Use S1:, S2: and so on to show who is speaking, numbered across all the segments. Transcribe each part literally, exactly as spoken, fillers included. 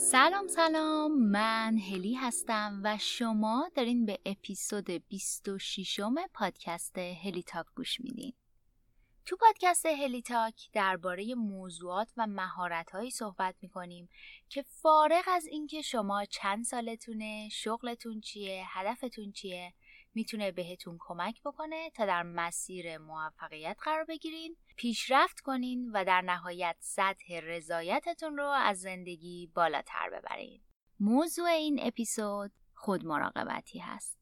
S1: سلام سلام، من هلی هستم و شما دارین به اپیزود بیست و ششم پادکست هلی تاک گوش میدین. تو پادکست هلی تاک درباره موضوعات و مهارت‌هایی صحبت می‌کنیم که فارغ از اینکه شما چند سالتونه، شغلتون چیه، هدفتون چیه، میتونه بهتون کمک بکنه تا در مسیر موفقیت قرار بگیرین، پیشرفت کنین و در نهایت سطح رضایتتون رو از زندگی بالاتر ببرین. موضوع این اپیزود خودمراقبتی هست.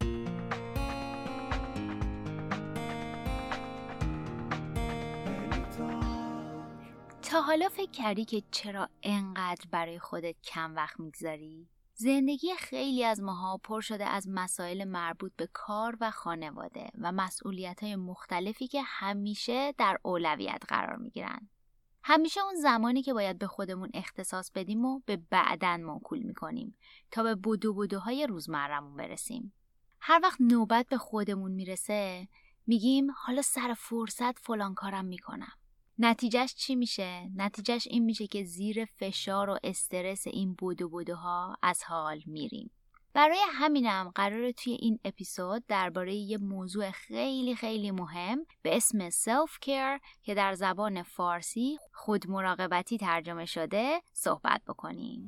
S1: تا حالا فکر کردی که چرا انقدر برای خودت کم وقت میگذاری؟ زندگی خیلی از ماها پر شده از مسائل مربوط به کار و خانواده و مسئولیت‌های مختلفی که همیشه در اولویت قرار میگیرن. همیشه اون زمانی که باید به خودمون اختصاص بدیم و به بعدن موکول میکنیم تا به بدو بدوهای روزمرمون برسیم. هر وقت نوبت به خودمون میرسه میگیم حالا سر فرصت فلان کارم میکنم. نتیجهش چی میشه؟ نتیجهش این میشه که زیر فشار و استرس این بدو بدوها از حال میریم. برای همینم قراره توی این اپیزود درباره یه موضوع خیلی خیلی مهم به اسم سلف کیر که در زبان فارسی خودمراقبتی ترجمه شده صحبت بکنیم.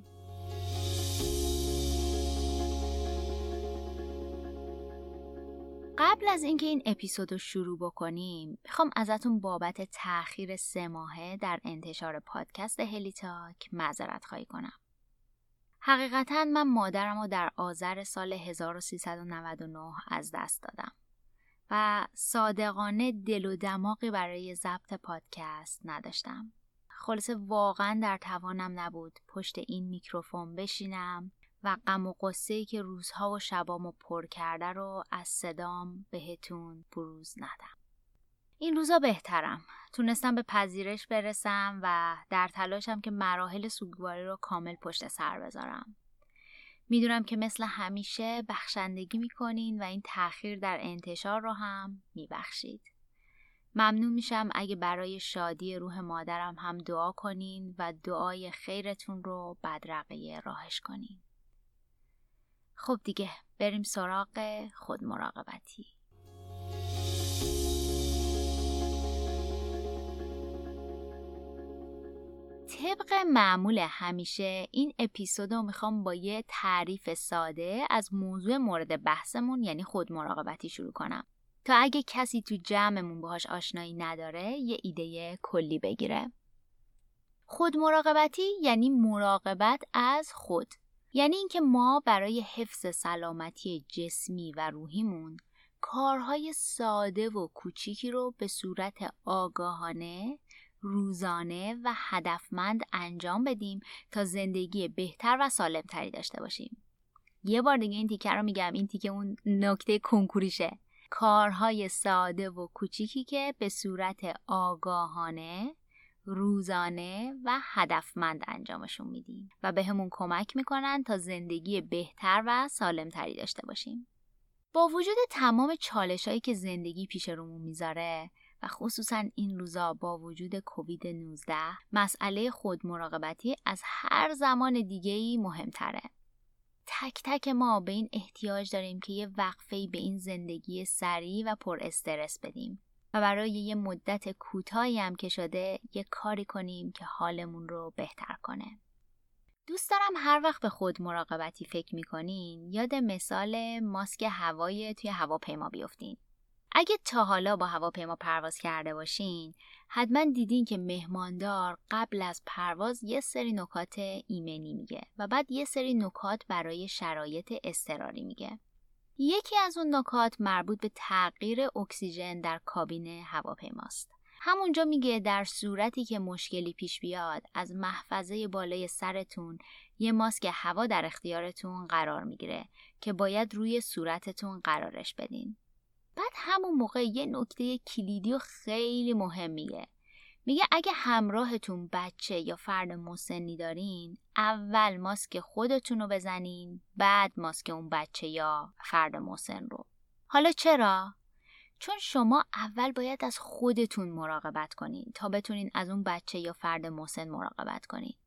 S1: قبل از اینکه این اپیزودو شروع بکنیم میخوام ازتون بابت تأخیر سه ماهه در انتشار پادکست هلی تاک معذرت خواهی کنم. حقیقتاً من مادرم رو در آذر سال هزار و سیصد و نود و نه از دست دادم و صادقانه دل و دماغی برای ضبط پادکست نداشتم. خلاصه واقعاً در توانم نبود پشت این میکروفون بشینم و غم و غصه‌ای که روزها و شبامو پر کرده رو از صدام بهتون بروز ندم. این روزا بهترم. تونستم به پذیرش برسم و در تلاشم که مراحل سوگواری رو کامل پشت سر بذارم. میدونم که مثل همیشه بخشندگی میکنین و این تأخیر در انتشار رو هم میبخشید. ممنون میشم اگه برای شادی روح مادرم هم دعا کنین و دعای خیرتون رو بدرقه راهش کنین. خب دیگه بریم سراغ خودمراقبتی. طبق معمول همیشه این اپیزودو میخوام با یه تعریف ساده از موضوع مورد بحثمون یعنی خودمراقبتی شروع کنم تا اگه کسی تو جمعمون باهاش آشنایی نداره یه ایده کلی بگیره. خودمراقبتی یعنی مراقبت از خود. یعنی اینکه ما برای حفظ سلامتی جسمی و روحیمون کارهای ساده و کوچیکی رو به صورت آگاهانه، روزانه و هدفمند انجام بدیم تا زندگی بهتر و سالمتری داشته باشیم. یه بار دیگه این تیکه رو میگم، این تیکه اون نکته کنکوریشه. کارهای ساده و کوچیکی که به صورت آگاهانه، روزانه و هدفمند انجامشون میدیم و به همون کمک میکنن تا زندگی بهتر و سالمتری داشته باشیم. با وجود تمام چالشایی که زندگی پیش رومون میذاره و خصوصا این روزا با وجود کووید نوزده مسئله خودمراقبتی از هر زمان دیگه‌ای مهمتره. تک تک ما به این احتیاج داریم که یه وقفه‌ای به این زندگی سریع و پر استرس بدیم و برای یه مدت کوتاهی هم که شده یه کاری کنیم که حالمون رو بهتر کنه. دوست دارم هر وقت به خود مراقبتی فکر میکنین یاد مثال ماسک هوایی توی هواپیما بیفتین. اگه تا حالا با هواپیما پرواز کرده باشین حتما دیدین که مهماندار قبل از پرواز یه سری نکات ایمنی میگه و بعد یه سری نکات برای شرایط اضطراری میگه. یکی از اون نکات مربوط به تغییر اکسیژن در کابین هواپیماست. همونجا میگه در صورتی که مشکلی پیش بیاد از محفظه بالای سرتون یه ماسک هوا در اختیارتون قرار میگیره که باید روی صورتتون قرارش بدین. بعد همون موقع یه نکته کلیدی و خیلی مهم میگه. میگه اگه همراهتون بچه یا فرد مسنی دارین اول ماسک خودتون رو بزنین بعد ماسک اون بچه یا فرد مسن رو. حالا چرا؟ چون شما اول باید از خودتون مراقبت کنین تا بتونین از اون بچه یا فرد مسن مراقبت کنین.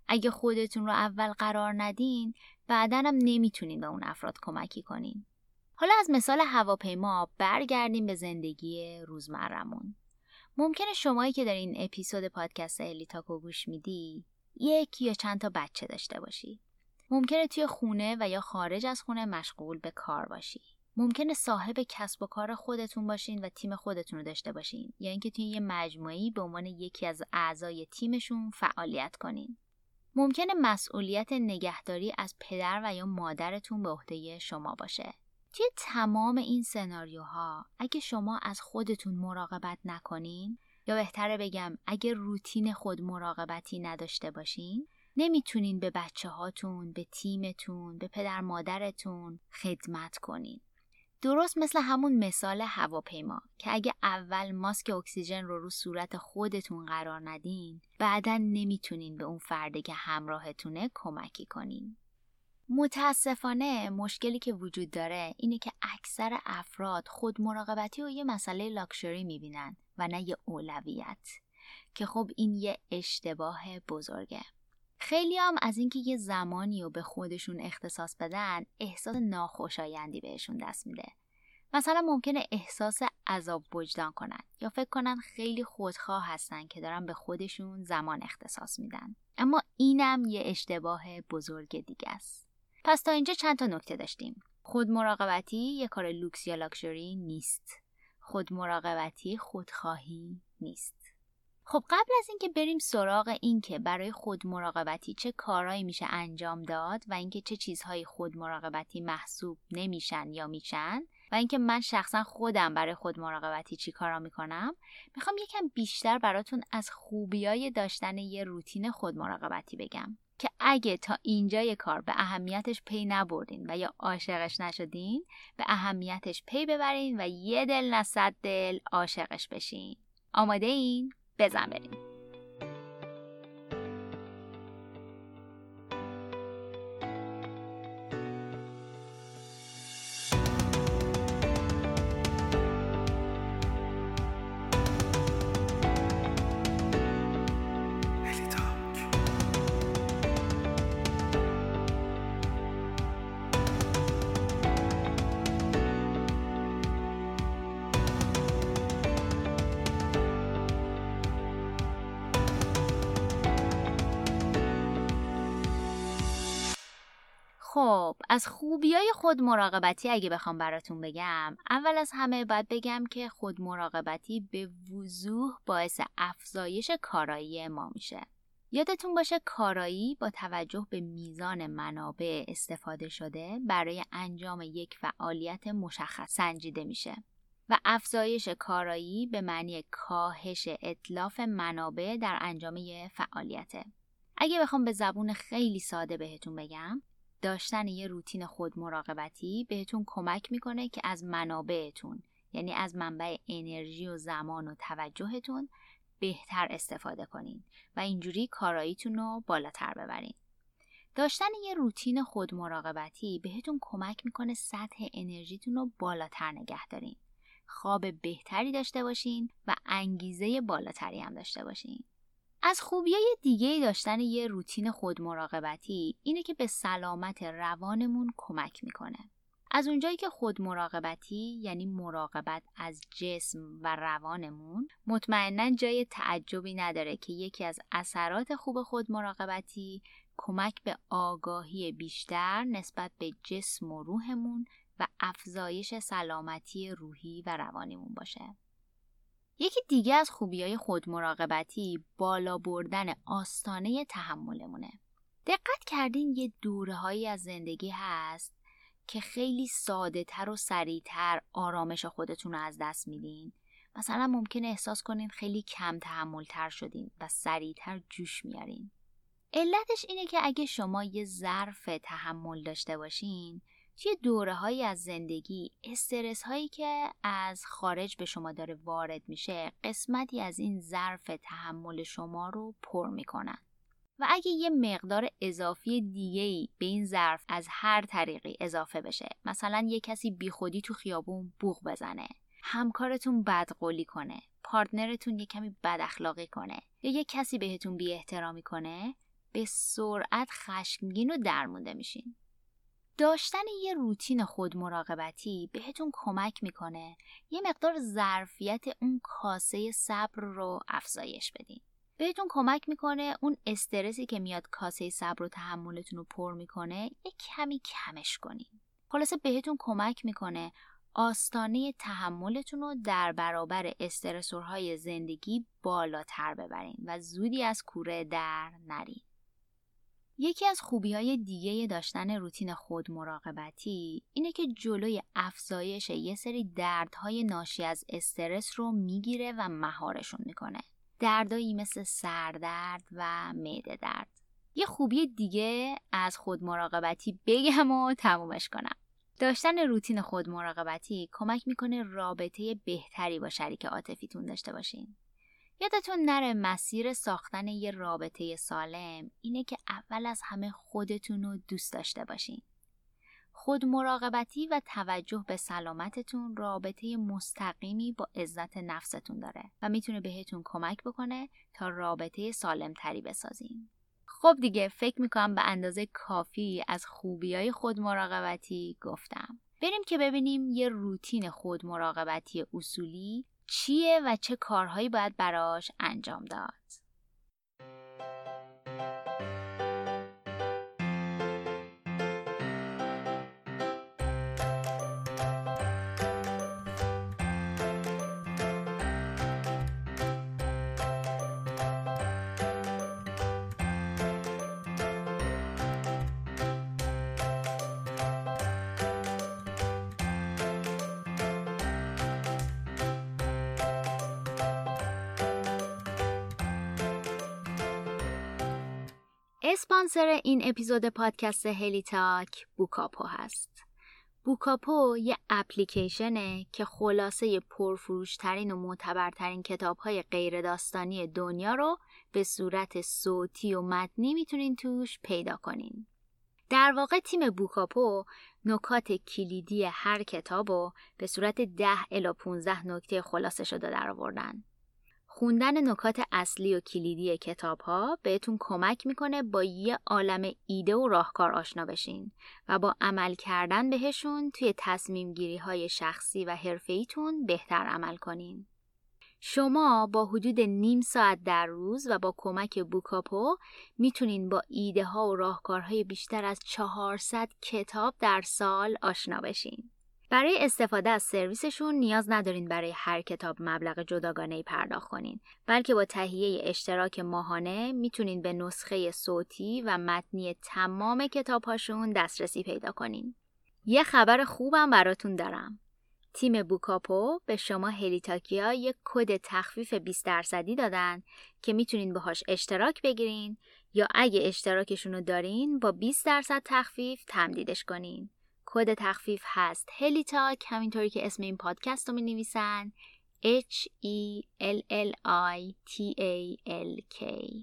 S1: اگه خودتون رو اول قرار ندین، بعداً هم نمیتونین به اون افراد کمکی کنین. حالا از مثال هواپیما برگردیم به زندگی روزمرمون. ممکنه شمایی که دارین اپیزود پادکست الیتاکو گوش میدی، یک یا چند تا بچه داشته باشی. ممکنه توی خونه و یا خارج از خونه مشغول به کار باشی. ممکنه صاحب کسب و کار خودتون باشین و تیم خودتون رو داشته باشین، یا اینکه توی یه مجموعه‌ای به عنوان یکی از اعضای تیمشون فعالیت کنین. ممکنه مسئولیت نگهداری از پدر و یا مادرتون به عهده شما باشه. توی تمام این سناریوها اگه شما از خودتون مراقبت نکنین، یا بهتره بگم اگه روتین خود مراقبتی نداشته باشین، نمیتونین به بچه هاتون، به تیمتون، به پدر مادرتون خدمت کنین. درست مثل همون مثال هواپیما که اگه اول ماسک اکسیژن رو رو صورت خودتون قرار ندین، بعداً نمیتونین به اون فردی که همراهتونه کمکی کنین. متاسفانه مشکلی که وجود داره اینه که اکثر افراد خود مراقبتی رو یه مسئله لاکچری میبینن و نه یه اولویت، که خب این یه اشتباه بزرگه. خیلی هم از اینکه یه زمانی رو به خودشون اختصاص بدن، احساس ناخوشایندی بهشون دست میده. مثلا ممکنه احساس عذاب وجدان کنن یا فکر کنن خیلی خودخواه هستن که دارن به خودشون زمان اختصاص میدن. اما اینم یه اشتباه بزرگ دیگه است. پس تا اینجا چند تا نکته داشتیم. خود مراقبتی یه کار لوکس یا لاکچری نیست. خود مراقبتی خودخواهی نیست. خب قبل از اینکه بریم سراغ این که برای خود مراقبتی چه کارهایی میشه انجام داد و اینکه چه چیزهایی خود مراقبتی محسوب نمیشن یا میشن و اینکه من شخصا خودم برای خود مراقبتی چی کارا میکنم، میخوام یکم بیشتر براتون از خوبیای داشتن یه روتین خود مراقبتی بگم که اگه تا اینجای کار به اهمیتش پی نبردین و یا عاشقش نشدین، به اهمیتش پی ببرین و یه دل نه صد دل عاشقش بشین. آماده این؟ بزن بریم. خب از خوبیای خود مراقبتی اگه بخوام براتون بگم، اول از همه باید بگم که خود مراقبتی به وضوح باعث افزایش کارایی ما میشه. یادتون باشه کارایی با توجه به میزان منابع استفاده شده برای انجام یک فعالیت مشخص سنجیده میشه و افزایش کارایی به معنی کاهش اتلاف منابع در انجام یک فعالیته. اگه بخوام به زبون خیلی ساده بهتون بگم، داشتن یه روتین خود مراقبتی بهتون کمک میکنه که از منابعتون، یعنی از منبع انرژی و زمان و توجهتون بهتر استفاده کنین و اینجوری کاراییتون رو بالاتر ببرین. داشتن یه روتین خود مراقبتی بهتون کمک میکنه سطح انرژیتون رو بالاتر نگه دارین، خواب بهتری داشته باشین و انگیزه بالاتری هم داشته باشین. از خوبیای دیگه داشتن یه روتین خود مراقبتی اینه که به سلامت روانمون کمک میکنه. از اونجایی که خود مراقبتی یعنی مراقبت از جسم و روانمون، مطمئناً جای تعجبی نداره که یکی از اثرات خوب خود مراقبتی کمک به آگاهی بیشتر نسبت به جسم و روحمون و افزایش سلامتی روحی و روانیمون باشه. یکی دیگه از خوبیای خود مراقبتی بالا بردن آستانه تحملمونه. دقت کردین یه دوره‌هایی از زندگی هست که خیلی ساده تر و سریعتر آرامش خودتون رو از دست میدین؟ مثلا ممکنه احساس کنین خیلی کم تحمل تر شدین و سریعتر جوش میارین. علتش اینه که اگه شما یه ظرف تحمل داشته باشین، توی دوره‌هایی از زندگی استرس هایی که از خارج به شما داره وارد میشه قسمتی از این ظرف تحمل شما رو پر میکنن و اگه یه مقدار اضافی دیگه‌ای به این ظرف از هر طریقی اضافه بشه، مثلا یه کسی بیخودی تو خیابون بوق بزنه، همکارتون بدقولی کنه، پارتنرتون یه کمی بد اخلاقی کنه یا یه کسی بهتون بی احترامی کنه، به سرعت خشمگین و درمونده میشین. داشتن یه روتین خود مراقبتی بهتون کمک میکنه یه مقدار ظرفیت اون کاسه صبر رو افزایش بدین. بهتون کمک میکنه اون استرسی که میاد کاسه صبر و تحملتون رو پر میکنه یه کمی کمش کنین. خلاصه بهتون کمک میکنه آستانه تحملتون رو در برابر استرسورهای زندگی بالاتر ببرین و زودی از کوره در نرین. یکی از خوبی‌های دیگه داشتن روتین خود مراقبتی اینه که جلوی افزایش یه سری دردهای ناشی از استرس رو میگیره و مهارشون میکنه. دردایی مثل سردرد و معده درد. یه خوبی دیگه از خود مراقبتی بگم و تمومش کنم. داشتن روتین خود مراقبتی کمک میکنه رابطه بهتری با شریک عاطفیتون داشته باشین. یادتون نره مسیر ساختن یه رابطه سالم اینه که اول از همه خودتون رو دوست داشته باشین. خود مراقبتی و توجه به سلامتتون رابطه مستقیمی با عزت نفستون داره و میتونه بهتون کمک بکنه تا رابطه سالم تری بسازین. خب دیگه فکر میکنم به اندازه کافی از خوبیای خود مراقبتی گفتم. بریم که ببینیم یه روتین خود مراقبتی اصولی چیه و چه کارهایی باید براش انجام داد. اسپانسر این اپیزود پادکست هلی تاک بوکاپو هست. بوکاپو یه اپلیکیشنه که خلاصه پرفروشترین و معتبرترین کتاب‌های غیر داستانی دنیا رو به صورت صوتی و متنی میتونین توش پیدا کنین. در واقع تیم بوکاپو نکات کلیدی هر کتابو به صورت ده الی پانزده نکته خلاصه شده در آوردن. خوندن نکات اصلی و کلیدی کتاب‌ها بهتون کمک میکنه با یه عالم ایده و راهکار آشنا بشین و با عمل کردن بهشون توی تصمیم گیری های شخصی و حرفه‌ایتون بهتر عمل کنین. شما با حدود نیم ساعت در روز و با کمک بوکاپو میتونین با ایده ها و راهکارهای بیشتر از چهارصد کتاب در سال آشنا بشین. برای استفاده از سرویسشون نیاز ندارین برای هر کتاب مبلغ جداگانه‌ای پرداخت کنین، بلکه با تهیه اشتراک ماهانه میتونین به نسخه صوتی و متنی تمام کتاب‌هاشون دسترسی پیدا کنین. یه خبر خوبم براتون دارم. تیم بوکاپو به شما هلی تاکیا یک کد تخفیف بیست درصدی دادن که میتونین باهاش اشتراک بگیرین یا اگه اشتراکشون رو دارین با بیست درصد تخفیف تمدیدش کنین. کد تخفیف هست هلی تاک، همینطوری که اسم این پادکست رو می نویسن H E L L I T A L K.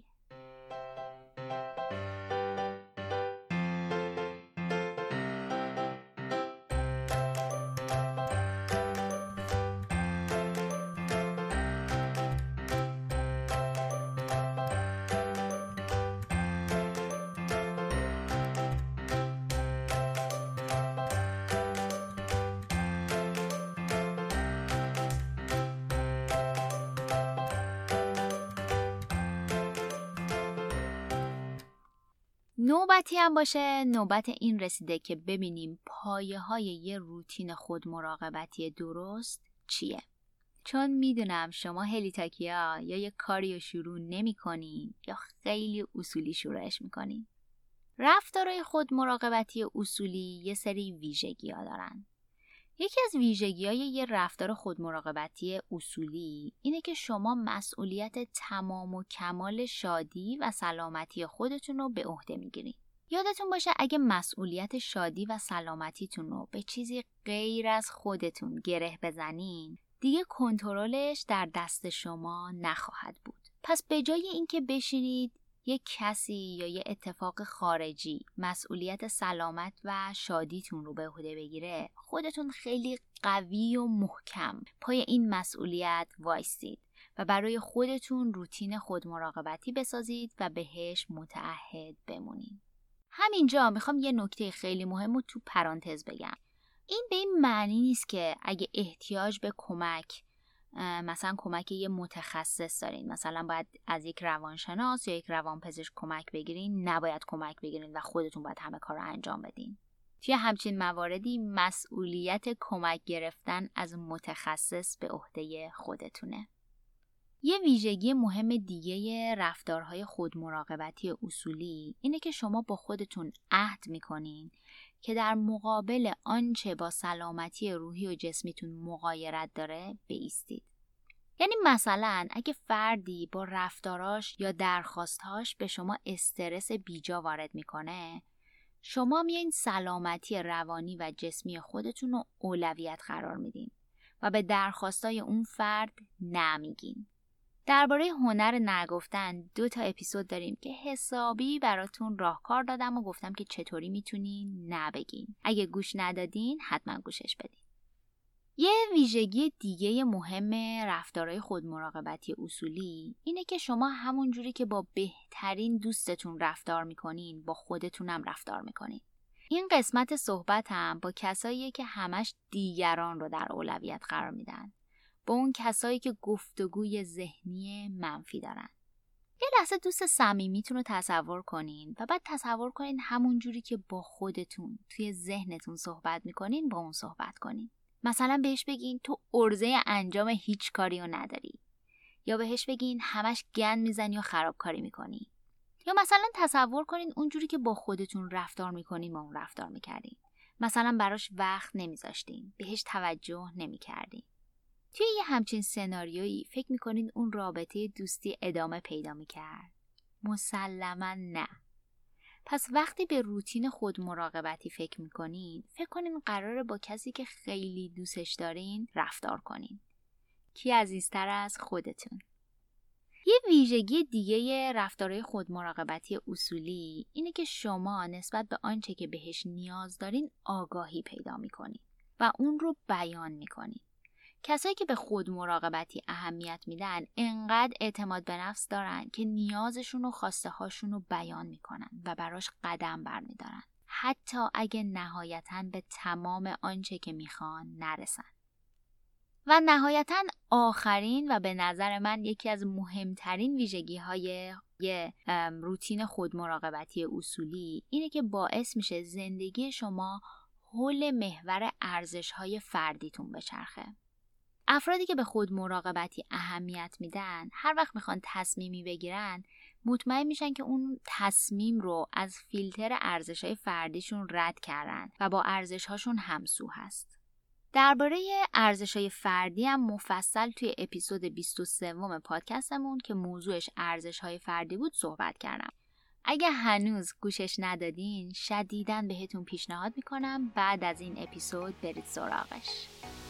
S1: نوبتی هم باشه نوبت این رسیده که ببینیم پایه های یه روتین خود مراقبتی درست چیه. چون میدونم شما هلی تاکیا یا یه کاری رو شروع نمی کنین یا خیلی اصولی شروعش میکنین. رفتارهای خود مراقبتی اصولی یه سری ویژگی ها دارن. یکی از ویژگی‌های یه رفتار خود مراقبتی اصولی اینه که شما مسئولیت تمام و کمال شادی و سلامتی خودتون رو به عهده میگیرین. یادتون باشه اگه مسئولیت شادی و سلامتیتون رو به چیزی غیر از خودتون گره بزنین، دیگه کنترلش در دست شما نخواهد بود. پس به جای اینکه بشینید یک کسی یا یه اتفاق خارجی مسئولیت سلامت و شادیتون رو به عهده بگیره، خودتون خیلی قوی و محکم پای این مسئولیت وایستید و برای خودتون روتین خود مراقبتی بسازید و بهش متعهد بمونید. همینجا میخوام یه نکته خیلی مهم رو تو پرانتز بگم. این به این معنی نیست که اگه احتیاج به کمک مثلا کمک یه متخصص دارین، مثلا باید از یک روانشناس یا یک روانپزشک کمک بگیرین، نباید کمک بگیرین و خودتون باید همه کار رو انجام بدین. توی همچین مواردی مسئولیت کمک گرفتن از متخصص به عهده خودتونه. یه ویژگی مهم دیگه رفتارهای خودمراقبتی اصولی اینه که شما با خودتون عهد میکنین که در مقابل آنچه با سلامتی روحی و جسمیتون مغایرت داره بایستید. یعنی مثلا اگه فردی با رفتاراش یا درخواستهاش به شما استرس بیجا وارد میکنه، شما میایین سلامتی روانی و جسمی خودتون رو اولویت قرار میدین و به درخواستای اون فرد نمیگین. درباره هنر نگفتن دو تا اپیزود داریم که حسابی براتون راهکار دادم و گفتم که چطوری میتونین نبگین. اگه گوش ندادین حتما گوشش بدین. یه ویژگی دیگه مهم رفتارهای خودمراقبتی اصولی اینه که شما همون جوری که با بهترین دوستتون رفتار میکنین با خودتونم رفتار میکنین. این قسمت صحبتم با کساییه که همش دیگران رو در اولویت قرار میدن، با اون کسایی که گفتگوی ذهنی منفی دارن. یه لحظه دوست صمیمیتون رو تصور کنین و بعد تصور کنین همون جوری که با خودتون توی ذهنتون صحبت میکنین با اون صحبت کنین. مثلا بهش بگین تو عرضه انجام هیچ کاری رو نداری، یا بهش بگین همش گند میزنی و خرابکاری میکنی. یا مثلا تصور کنین اونجوری که با خودتون رفتار میکنین با اون رفتار میکردین. مثلا براش وقت نمیذاشتین، بهش توجه نمیکردین. توی یه همچین سناریویی فکر میکنین اون رابطه دوستی ادامه پیدا میکرد؟ مسلماً نه. پس وقتی به روتین خود مراقبتی فکر میکنین، فکر کنین قراره با کسی که خیلی دوستش دارین رفتار کنین. کی عزیزتر از خودتون؟ یه ویژگی دیگه رفتارهای خود مراقبتی اصولی اینه که شما نسبت به آنچه که بهش نیاز دارین آگاهی پیدا میکنین و اون رو بیان میکنین. کسایی که به خود مراقبتی اهمیت میدن انقدر اعتماد به نفس دارن که نیازشون و خواسته هاشون رو بیان میکنن و براش قدم برمیدارن، حتی اگه نهایتاً به تمام آنچه که میخوان نرسن. و نهایتاً آخرین و به نظر من یکی از مهمترین ویژگی های یه روتین خود مراقبتی اصولی اینه که باعث میشه زندگی شما حول محور ارزش های فردیتون بچرخه. افرادی که به خود مراقبتی اهمیت میدن هر وقت میخوان تصمیمی بگیرن مطمئن میشن که اون تصمیم رو از فیلتر ارزش‌های فردیشون رد کردن و با ارزش‌هاشون همسو هست. درباره ارزش‌های فردی هم مفصل توی اپیزود بیست و سه پادکستمون که موضوعش ارزش‌های فردی بود صحبت کردم. اگه هنوز گوشش ندادین شدیداً بهتون پیشنهاد میکنم بعد از این اپیزود برید سراغش.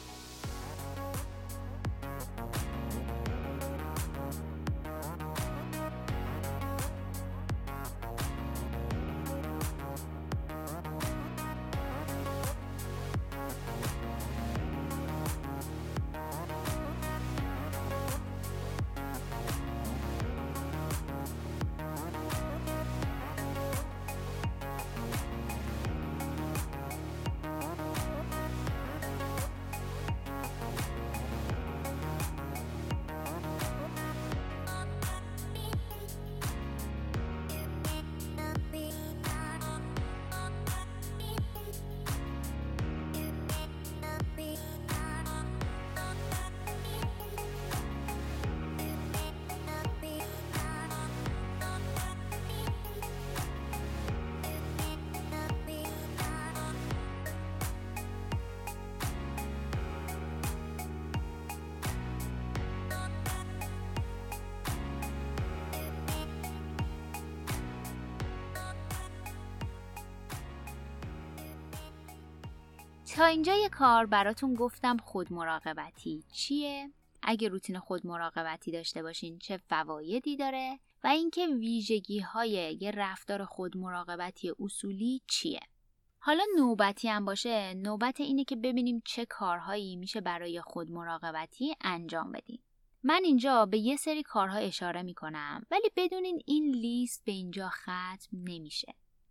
S1: تا اینجای کار براتون گفتم خود مراقبتی چیه، اگه روتین خود مراقبتی داشته باشین چه فوایدی داره و اینکه ویژگی‌های یه رفتار خود مراقبتی اصولی چیه. حالا نوبتی هم باشه، نوبت اینه که ببینیم چه کارهایی میشه برای خود مراقبتی انجام بدیم. من اینجا به یه سری کارها اشاره میکنم ولی بدونین این لیست به اینجا ختم نمیشه.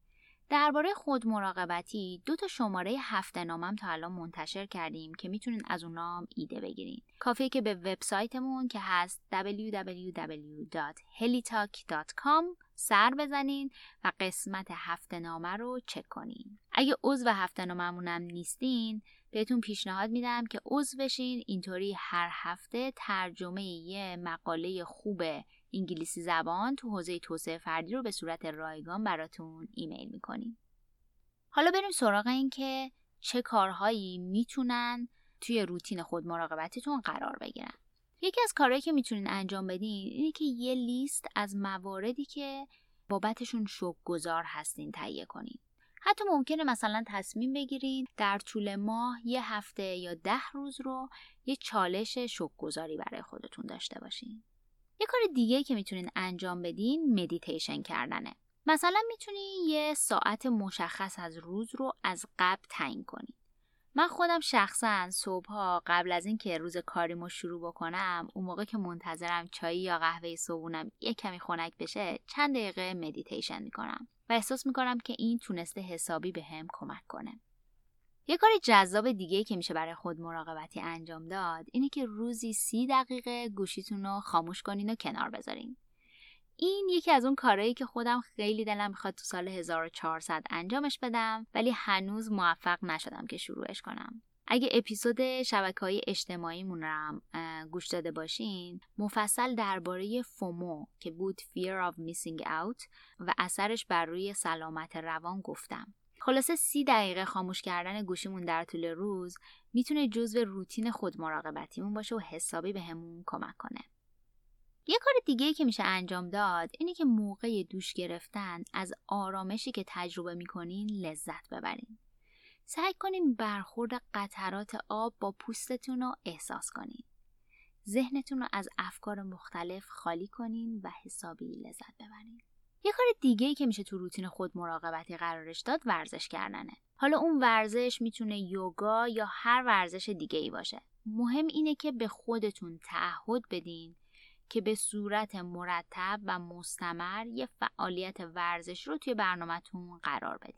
S1: درباره خود مراقبتی دو تا شماره هفته نامم تا الان منتشر کردیم که میتونین از اونام ایده بگیرین. کافیه که به وبسایتمون که هست دبلیو دبلیو دبلیو دات هلیتاک دات کام سر بزنین و قسمت هفته نامه رو چک کنین. اگه عضو هفته ناممونم نیستین بهتون پیشنهاد میدم که عضو بشین، اینطوری هر هفته ترجمه یه مقاله خوب انگلیسی زبان تو حوزه توسعه فردی رو به صورت رایگان براتون ایمیل میکنیم. حالا بریم سراغ این که چه کارهایی میتونن توی روتین خود مراقبتیتون قرار بگیرن. یکی از کارهایی که میتونین انجام بدین اینه که یه لیست از مواردی که بابتشون شکرگزار هستین تهیه کنین. حتی ممکنه مثلا تصمیم بگیرین در طول ماه یه هفته یا ده روز رو یه چالش شکرگزاری برای خودتون داشته باشین. یه کار دیگه که میتونین انجام بدین مدیتیشن کردنه. مثلا میتونین یه ساعت مشخص از روز رو از قبل تعیین کنین. من خودم شخصا صبحها قبل از این که روز کاریمو شروع بکنم، اون موقع که منتظرم چای یا قهوه صبحونم یه کمی خنک بشه، چند دقیقه مدیتیشن میکنم و احساس میکنم که این تونسته حسابی بهم کمک کنه. یه کار جذاب دیگه که میشه برای خود مراقبتی انجام داد اینه که روزی سی دقیقه گوشیتون رو خاموش کنین و کنار بذارین. این یکی از اون کارهایی که خودم خیلی دلم میخواد تو سال هزار و چهارصد انجامش بدم ولی هنوز موفق نشدم که شروعش کنم. اگه اپیزود شبکه‌های اجتماعیمون رو هم گوش داده باشین، مفصل درباره فومو که بود Fear of Missing Out و اثرش بر روی سلامت روان گفتم. خلاصه سی دقیقه خاموش کردن گوشیمون در طول روز میتونه جزو روتین خود مراقبتیمون باشه و حسابی بهمون کمک کنه. یه کار دیگه که میشه انجام داد اینه که موقع دوش گرفتن از آرامشی که تجربه میکنین لذت ببرین. سعی کنین برخورد قطرات آب با پوستتون رو احساس کنین. ذهنتون رو از افکار مختلف خالی کنین و حسابی لذت ببرین. یه کار دیگه‌ای که میشه تو روتین خود مراقبتی قرارش داد ورزش کردنه. حالا اون ورزش میتونه یوگا یا هر ورزش دیگه‌ای باشه. مهم اینه که به خودتون تعهد بدین که به صورت مرتب و مستمر یه فعالیت ورزش رو توی برنامه‌تون قرار بدین.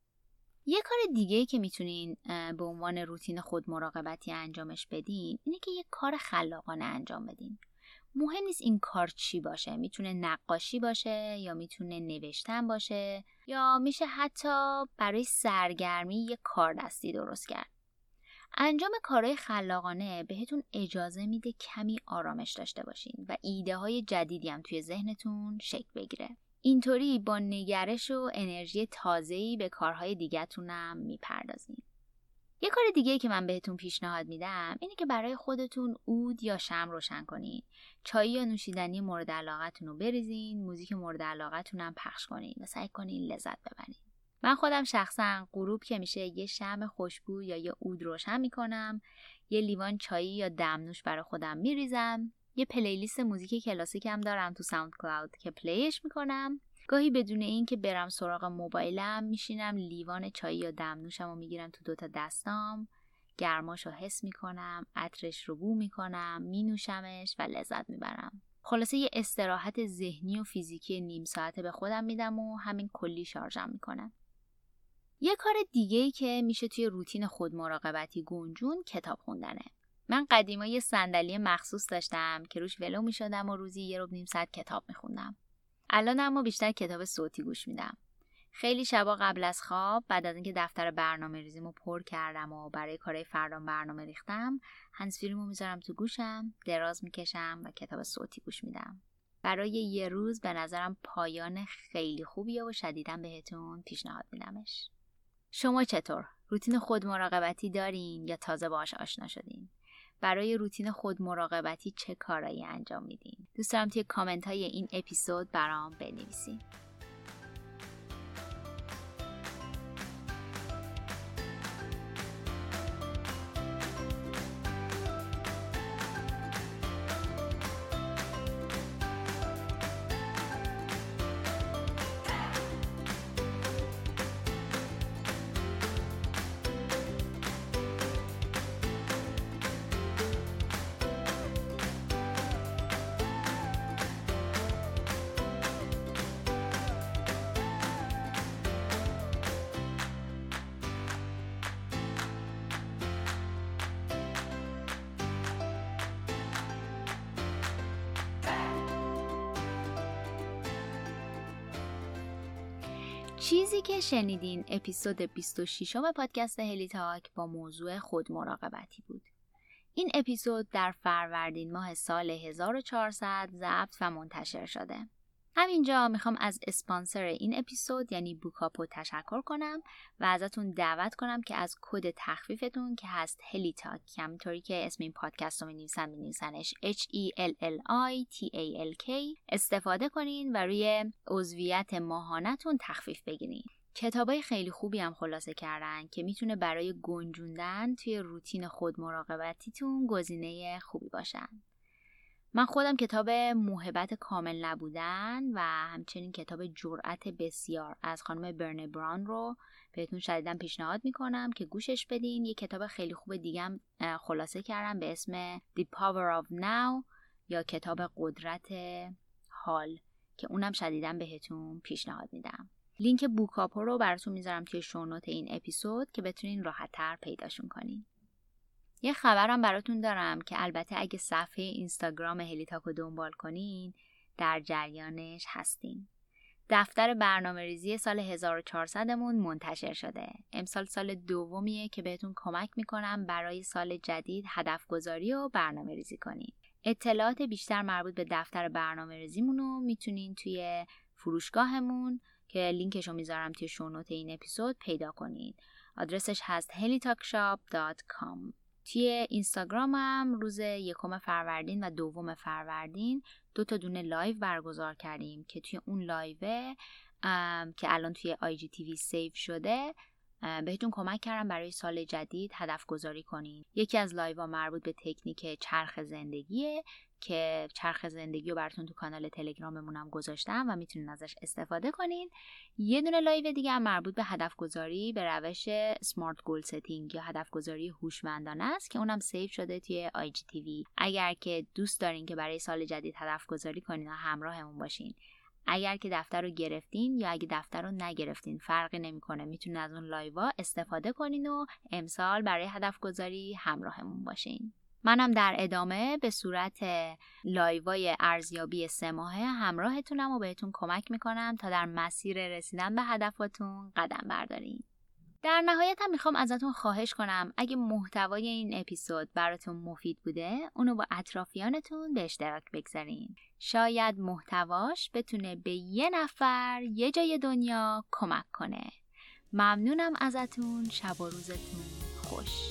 S1: یه کار دیگه‌ای که میتونین به عنوان روتین خود مراقبتی انجامش بدین اینه که یه کار خلاقانه انجام بدین. مهم نیست این کار چی باشه، میتونه نقاشی باشه یا میتونه نوشتن باشه یا میشه حتی برای سرگرمی یه کار دستی درست کرد. انجام کارهای خلاقانه بهتون اجازه میده کمی آرامش داشته باشین و ایده های جدیدی هم توی ذهنتون شکل بگیره. اینطوری با نگرش و انرژی تازه‌ای به کارهای دیگه‌تونم میپردازین. یه کار دیگه که من بهتون پیشنهاد میدم اینه که برای خودتون عود یا شمع روشن کنین. چای یا نوشیدنی مورد علاقتون رو بریزین، موزیک مورد علاقتون هم پخش کنین و سعی کنین لذت ببرین. من خودم شخصا غروب که میشه یه شمع خوشبو یا یه عود روشن میکنم، یه لیوان چایی یا دمنوش برای خودم میریزم، یه پلیلیست موزیک کلاسیکم دارم تو ساوند کلاود که پلیش میکنم. گاهی بدون این که برم سراغ موبایلم میشینم لیوان چای یا دمنوشم رو میگیرم تو دوتا دستام، گرماش رو حس میکنم، عطرش رو بو میکنم، مینوشمش و لذت میبرم. خلاصه یه استراحت ذهنی و فیزیکی نیم ساعته به خودم میدم و همین کلی شارژم میکنم. یه کار دیگه‌ای که میشه توی روتین خود مراقبتی گنجون کتاب خوندنه. من قدیما یه صندلی مخصوص داشتم که روش ولو میشدم و روزی یه ربع نیم ساعت کتاب میخوندم. الان اما بیشتر کتاب صوتی گوش میدم. خیلی شبا قبل از خواب بعد از اینکه دفتر برنامه ریزیمو پر کردم و برای کارهای فردام برنامه ریختم، هندزفریمو میذارم تو گوشم، دراز میکشم و کتاب صوتی گوش میدم. برای یه روز به نظرم پایان خیلی خوبیه و شدیداً بهتون پیشنهاد میدمش. شما چطور؟ روتین خود مراقبتی دارین یا تازه باهاش آشنا شدین؟ برای روتین خود مراقبتی چه کارایی انجام میدین؟ دوست دارم توی کامنت های این اپیزود برام بنویسین. چیزی که شنیدین اپیزود بیست و شش پادکست هلی تاک با موضوع خود مراقبتی بود. این اپیزود در فروردین ماه سال هزار و چهارصد ضبط و منتشر شده. همینجا میخوام از اسپانسر این اپیزود یعنی بوکاپو تشکر کنم و ازتون دعوت کنم که از کد تخفیفتون که هست هلی تاک، همینطوری که اسم این پادکست رو می‌نویسن می‌نویسنش اچ ای ال ال آی تی ای ال کی استفاده کنین و روی عضویت ماهانتون تخفیف بگیرین. کتابای خیلی خوبی هم خلاصه کردن که میتونه برای گنجوندن توی روتین خود مراقبتیتون گزینه خوبی باشن. من خودم کتاب موهبت کامل نبودن و همچنین کتاب جرأت بسیار از خانم برنه براون رو بهتون شدیداً پیشنهاد میکنم که گوشش بدین. یه کتاب خیلی خوب دیگه هم خلاصه کردم به اسم The Power of Now یا کتاب قدرت حال که اونم شدیداً بهتون پیشنهاد میدم. لینک بوکاپو رو براتون میذارم توی شونوت این اپیزود که بتونین راحت‌تر پیداشون کنین. یه خبرم براتون دارم که البته اگه صفحه اینستاگرام هلی تاک رو دنبال کنین در جریانش هستین. دفتر برنامه‌ریزی سال هزار و چهارصد مون منتشر شده. امسال سال دومیه که بهتون کمک میکنم برای سال جدید هدف گذاری و برنامه‌ریزی کنین. اطلاعات بیشتر مربوط به دفتر برنامه‌ریزیمون رو میتونین توی فروشگاهمون که لینکش رو میذارم توی شونوت این اپیزود پیدا کنین. آدرسش هست هلی تاک شاپ دات کام. توی اینستاگرامم روز یکم فروردین و دوم فروردین دو تا دونه لایو برگزار کردیم که توی اون لایو که الان توی آی جی تی وی سیو شده بهتون کمک کردم برای سال جدید هدف گذاری کنین. یکی از لایوها مربوط به تکنیک چرخ زندگیه که چرخ زندگی رو براتون تو کانال تلگراممونم گذاشتم و میتونین ازش استفاده کنین. یه دونه لایو دیگه هم مربوط به هدف گذاری به روش سمارت گول ستینگ یا هدف گذاری هوشمندانه است که اونم سیو شده توی آی جی تی وی. اگر که دوست دارین که برای سال جدید هدف گذاری کنین و همراهمون باشین، اگر که دفتر رو گرفتین یا اگه دفتر رو نگرفتین فرقی نمیکنه، میتونین از اون لایوها استفاده کنین و امسال برای هدف گذاری همراهمون باشین. منم در ادامه به صورت لایوهای ارزیابی سه ماهه همراهتونم و بهتون کمک میکنم تا در مسیر رسیدن به هدفاتون قدم بردارین. در نهایت هم میخوام ازتون خواهش کنم اگه محتوای این اپیزود براتون مفید بوده اونو با اطرافیانتون به اشتراک بگذارین. شاید محتواش بتونه به یه نفر یه جای دنیا کمک کنه. ممنونم ازتون. شب و روزتون خوش.